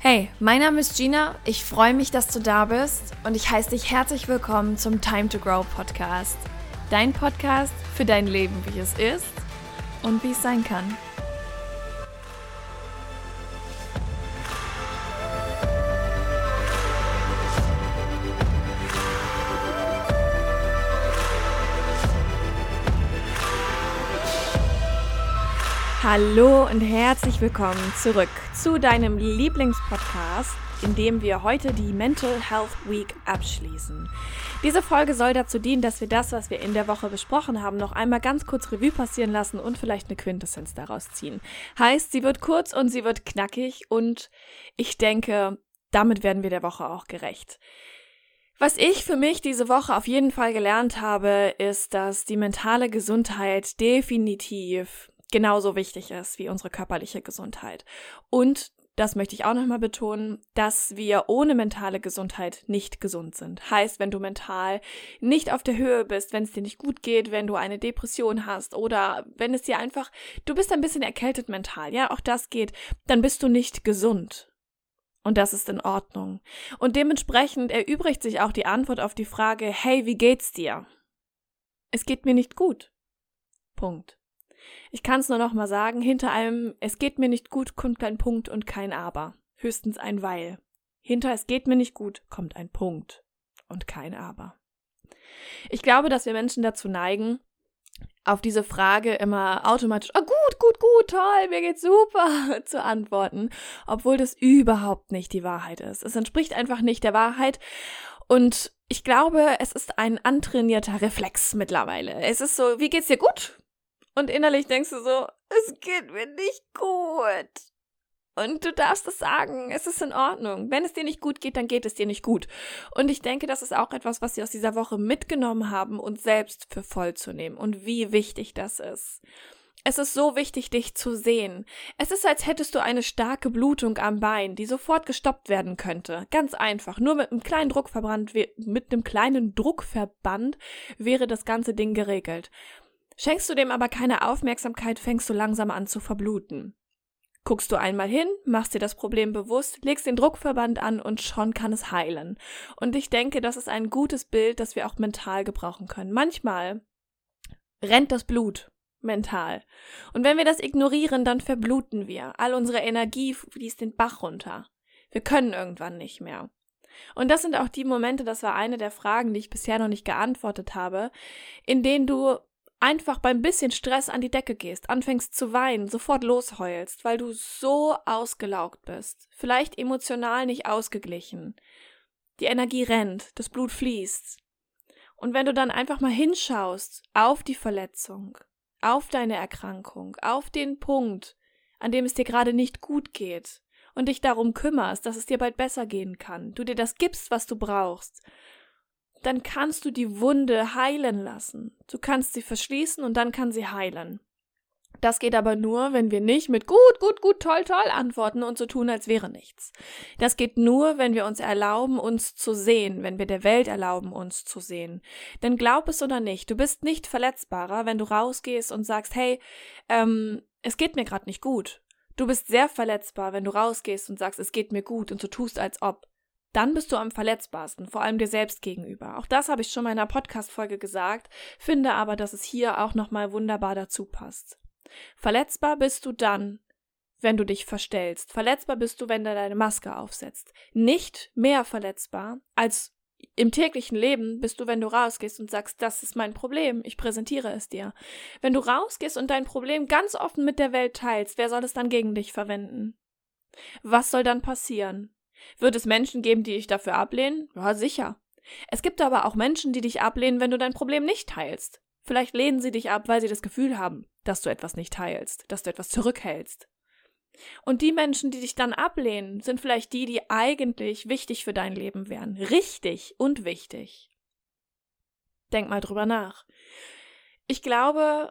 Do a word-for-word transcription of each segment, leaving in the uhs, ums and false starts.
Hey, mein Name ist Gina, ich freue mich, dass du da bist und ich heiße dich herzlich willkommen zum Time to Grow Podcast. Dein Podcast für dein Leben, wie es ist und wie es sein kann. Hallo und herzlich willkommen zurück zu deinem Lieblingspodcast, in dem wir heute die Mental Health Week abschließen. Diese Folge soll dazu dienen, dass wir das, was wir in der Woche besprochen haben, noch einmal ganz kurz Revue passieren lassen und vielleicht eine Quintessenz daraus ziehen. Heißt, sie wird kurz und sie wird knackig und ich denke, damit werden wir der Woche auch gerecht. Was ich für mich diese Woche auf jeden Fall gelernt habe, ist, dass die mentale Gesundheit definitiv genauso wichtig ist wie unsere körperliche Gesundheit. Und, das möchte ich auch nochmal betonen, dass wir ohne mentale Gesundheit nicht gesund sind. Heißt, wenn du mental nicht auf der Höhe bist, wenn es dir nicht gut geht, wenn du eine Depression hast oder wenn es dir einfach, du bist ein bisschen erkältet mental, ja, auch das geht, dann bist du nicht gesund. Und das ist in Ordnung. Und dementsprechend erübrigt sich auch die Antwort auf die Frage, hey, wie geht's dir? Es geht mir nicht gut. Punkt. Ich kann es nur noch mal sagen, hinter einem es geht mir nicht gut kommt kein Punkt und kein Aber. Höchstens ein Weil. Hinter es geht mir nicht gut kommt ein Punkt und kein Aber. Ich glaube, dass wir Menschen dazu neigen, auf diese Frage immer automatisch, oh gut, gut, gut, toll, mir geht's super, zu antworten, obwohl das überhaupt nicht die Wahrheit ist. Es entspricht einfach nicht der Wahrheit und ich glaube, es ist ein antrainierter Reflex mittlerweile. Es ist so, wie geht's dir gut? Und innerlich denkst du so, es geht mir nicht gut. Und du darfst es sagen, es ist in Ordnung. Wenn es dir nicht gut geht, dann geht es dir nicht gut. Und ich denke, das ist auch etwas, was wir aus dieser Woche mitgenommen haben, uns selbst für voll zu nehmen und wie wichtig das ist. Es ist so wichtig, dich zu sehen. Es ist, als hättest du eine starke Blutung am Bein, die sofort gestoppt werden könnte. Ganz einfach. Nur mit einem kleinen Druckverband, mit einem kleinen Druckverband wäre das ganze Ding geregelt. Schenkst du dem aber keine Aufmerksamkeit, fängst du langsam an zu verbluten. Guckst du einmal hin, machst dir das Problem bewusst, legst den Druckverband an und schon kann es heilen. Und ich denke, das ist ein gutes Bild, das wir auch mental gebrauchen können. Manchmal rennt das Blut mental. Und wenn wir das ignorieren, dann verbluten wir. All unsere Energie fließt den Bach runter. Wir können irgendwann nicht mehr. Und das sind auch die Momente, das war eine der Fragen, die ich bisher noch nicht geantwortet habe, in denen du einfach beim bisschen Stress an die Decke gehst, anfängst zu weinen, sofort losheulst, weil du so ausgelaugt bist, vielleicht emotional nicht ausgeglichen. Die Energie rennt, das Blut fließt. Und wenn du dann einfach mal hinschaust auf die Verletzung, auf deine Erkrankung, auf den Punkt, an dem es dir gerade nicht gut geht und dich darum kümmerst, dass es dir bald besser gehen kann, du dir das gibst, was du brauchst, dann kannst du die Wunde heilen lassen. Du kannst sie verschließen und dann kann sie heilen. Das geht aber nur, wenn wir nicht mit gut, gut, gut, toll, toll antworten und so tun, als wäre nichts. Das geht nur, wenn wir uns erlauben, uns zu sehen, wenn wir der Welt erlauben, uns zu sehen. Denn glaub es oder nicht, du bist nicht verletzbarer, wenn du rausgehst und sagst, hey, ähm, es geht mir gerade nicht gut. Du bist sehr verletzbar, wenn du rausgehst und sagst, es geht mir gut und so tust, als ob. Dann bist du am verletzbarsten, vor allem dir selbst gegenüber. Auch das habe ich schon mal in einer Podcast-Folge gesagt, finde aber, dass es hier auch nochmal wunderbar dazu passt. Verletzbar bist du dann, wenn du dich verstellst. Verletzbar bist du, wenn du deine Maske aufsetzt. Nicht mehr verletzbar als im täglichen Leben bist du, wenn du rausgehst und sagst, das ist mein Problem, ich präsentiere es dir. Wenn du rausgehst und dein Problem ganz offen mit der Welt teilst, wer soll es dann gegen dich verwenden? Was soll dann passieren? Wird es Menschen geben, die dich dafür ablehnen? Ja, sicher. Es gibt aber auch Menschen, die dich ablehnen, wenn du dein Problem nicht teilst. Vielleicht lehnen sie dich ab, weil sie das Gefühl haben, dass du etwas nicht teilst, dass du etwas zurückhältst. Und die Menschen, die dich dann ablehnen, sind vielleicht die, die eigentlich wichtig für dein Leben wären. Richtig und wichtig. Denk mal drüber nach. Ich glaube,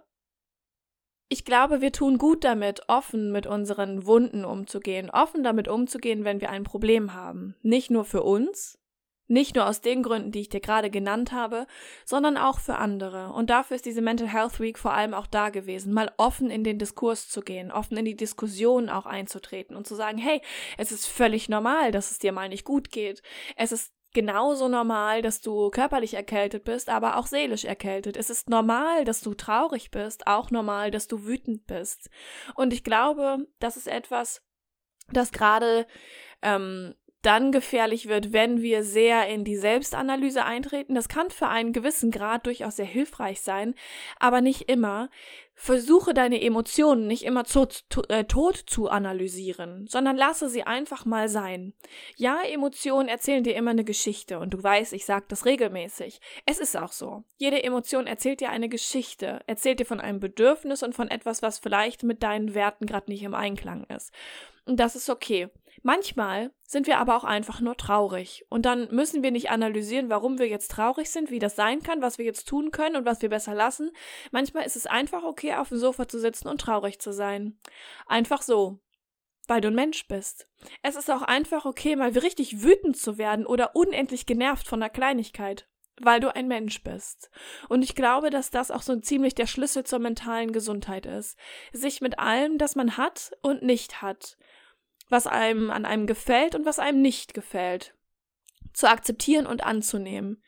Ich glaube, wir tun gut damit, offen mit unseren Wunden umzugehen, offen damit umzugehen, wenn wir ein Problem haben. Nicht nur für uns, Nicht nur aus den Gründen, die ich dir gerade genannt habe, sondern auch für andere. Und dafür ist diese Mental Health Week vor allem auch da gewesen, mal offen in den Diskurs zu gehen, offen in die Diskussion auch einzutreten und zu sagen, hey, es ist völlig normal, dass es dir mal nicht gut geht. Es ist genauso normal, dass du körperlich erkältet bist, aber auch seelisch erkältet. Es ist normal, dass du traurig bist, auch normal, dass du wütend bist. Und ich glaube, das ist etwas, das gerade ähm, dann gefährlich wird, wenn wir sehr in die Selbstanalyse eintreten. Das kann für einen gewissen Grad durchaus sehr hilfreich sein, aber nicht immer. Versuche deine Emotionen nicht immer zu, to, äh, tot zu analysieren, sondern lasse sie einfach mal sein. Ja, Emotionen erzählen dir immer eine Geschichte und du weißt, ich sage das regelmäßig. Es ist auch so. Jede Emotion erzählt dir eine Geschichte, erzählt dir von einem Bedürfnis und von etwas, was vielleicht mit deinen Werten gerade nicht im Einklang ist. Und das ist okay. Manchmal sind wir aber auch einfach nur traurig und dann müssen wir nicht analysieren, warum wir jetzt traurig sind, wie das sein kann, was wir jetzt tun können und was wir besser lassen. Manchmal ist es einfach okay, auf dem Sofa zu sitzen und traurig zu sein. Einfach so, weil du ein Mensch bist. Es ist auch einfach okay, mal richtig wütend zu werden oder unendlich genervt von einer Kleinigkeit, weil du ein Mensch bist. Und ich glaube, dass das auch so ziemlich der Schlüssel zur mentalen Gesundheit ist. Sich mit allem, das man hat und nicht hat, was einem an einem gefällt und was einem nicht gefällt, zu akzeptieren und anzunehmen.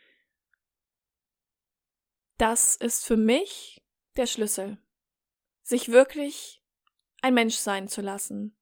Das ist für mich der Schlüssel, sich wirklich ein Mensch sein zu lassen.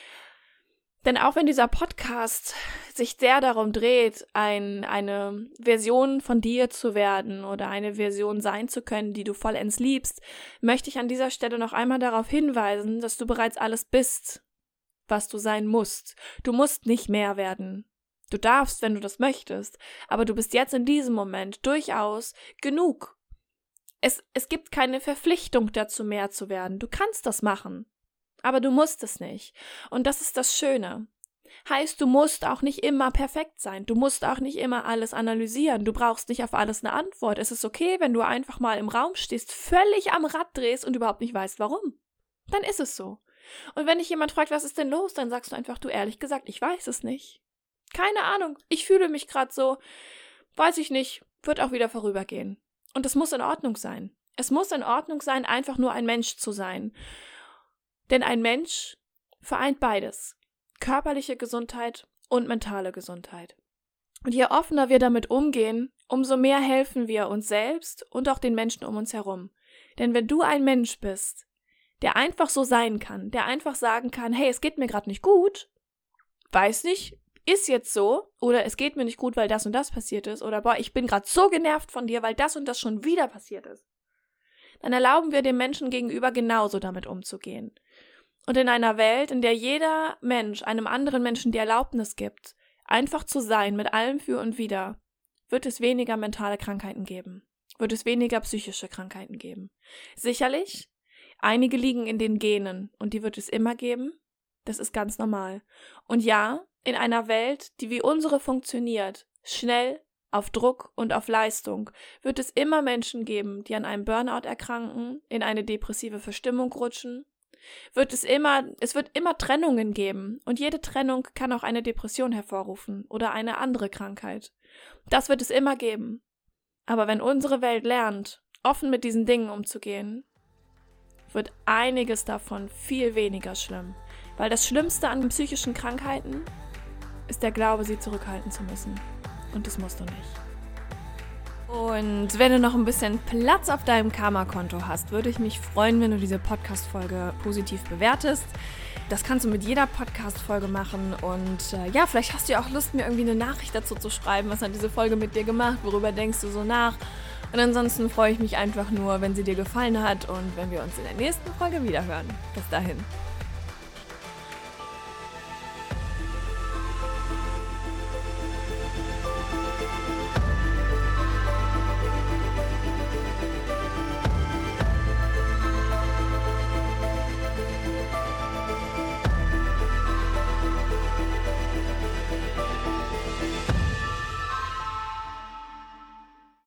Denn auch wenn dieser Podcast sich sehr darum dreht, ein, eine Version von dir zu werden oder eine Version sein zu können, die du vollends liebst, möchte ich an dieser Stelle noch einmal darauf hinweisen, dass du bereits alles bist, was du sein musst. Du musst nicht mehr werden. Du darfst, wenn du das möchtest, aber du bist jetzt in diesem Moment durchaus genug. Es, es gibt keine Verpflichtung dazu, mehr zu werden. Du kannst das machen, aber du musst es nicht. Und das ist das Schöne. Heißt, du musst auch nicht immer perfekt sein. Du musst auch nicht immer alles analysieren. Du brauchst nicht auf alles eine Antwort. Es ist okay, wenn du einfach mal im Raum stehst, völlig am Rad drehst und überhaupt nicht weißt, warum. Dann ist es so. Und wenn dich jemand fragt, was ist denn los, dann sagst du einfach, du, ehrlich gesagt, ich weiß es nicht. Keine Ahnung, ich fühle mich gerade so, weiß ich nicht, wird auch wieder vorübergehen. Und es muss in Ordnung sein. Es muss in Ordnung sein, einfach nur ein Mensch zu sein. Denn ein Mensch vereint beides. Körperliche Gesundheit und mentale Gesundheit. Und je offener wir damit umgehen, umso mehr helfen wir uns selbst und auch den Menschen um uns herum. Denn wenn du ein Mensch bist, der einfach so sein kann, der einfach sagen kann, hey, es geht mir gerade nicht gut, weiß nicht, ist jetzt so, oder es geht mir nicht gut, weil das und das passiert ist, oder boah, ich bin gerade so genervt von dir, weil das und das schon wieder passiert ist, dann erlauben wir dem Menschen gegenüber genauso damit umzugehen. Und in einer Welt, in der jeder Mensch einem anderen Menschen die Erlaubnis gibt, einfach zu sein mit allem für und wider, wird es weniger mentale Krankheiten geben, wird es weniger psychische Krankheiten geben. Sicherlich, einige liegen in den Genen und die wird es immer geben. Das ist ganz normal. Und ja, in einer Welt, die wie unsere funktioniert, schnell, auf Druck und auf Leistung, wird es immer Menschen geben, die an einem Burnout erkranken, in eine depressive Verstimmung rutschen. Wird es immer, es wird immer Trennungen geben und jede Trennung kann auch eine Depression hervorrufen oder eine andere Krankheit. Das wird es immer geben. Aber wenn unsere Welt lernt, offen mit diesen Dingen umzugehen, wird einiges davon viel weniger schlimm. Weil das Schlimmste an psychischen Krankheiten ist der Glaube, sie zurückhalten zu müssen. Und das musst du nicht. Und wenn du noch ein bisschen Platz auf deinem Karma-Konto hast, würde ich mich freuen, wenn du diese Podcast-Folge positiv bewertest. Das kannst du mit jeder Podcast-Folge machen. Und äh, ja, vielleicht hast du ja auch Lust, mir irgendwie eine Nachricht dazu zu schreiben. Was hat diese Folge mit dir gemacht? Worüber denkst du so nach? Und ansonsten freue ich mich einfach nur, wenn sie dir gefallen hat und wenn wir uns in der nächsten Folge wiederhören. Bis dahin.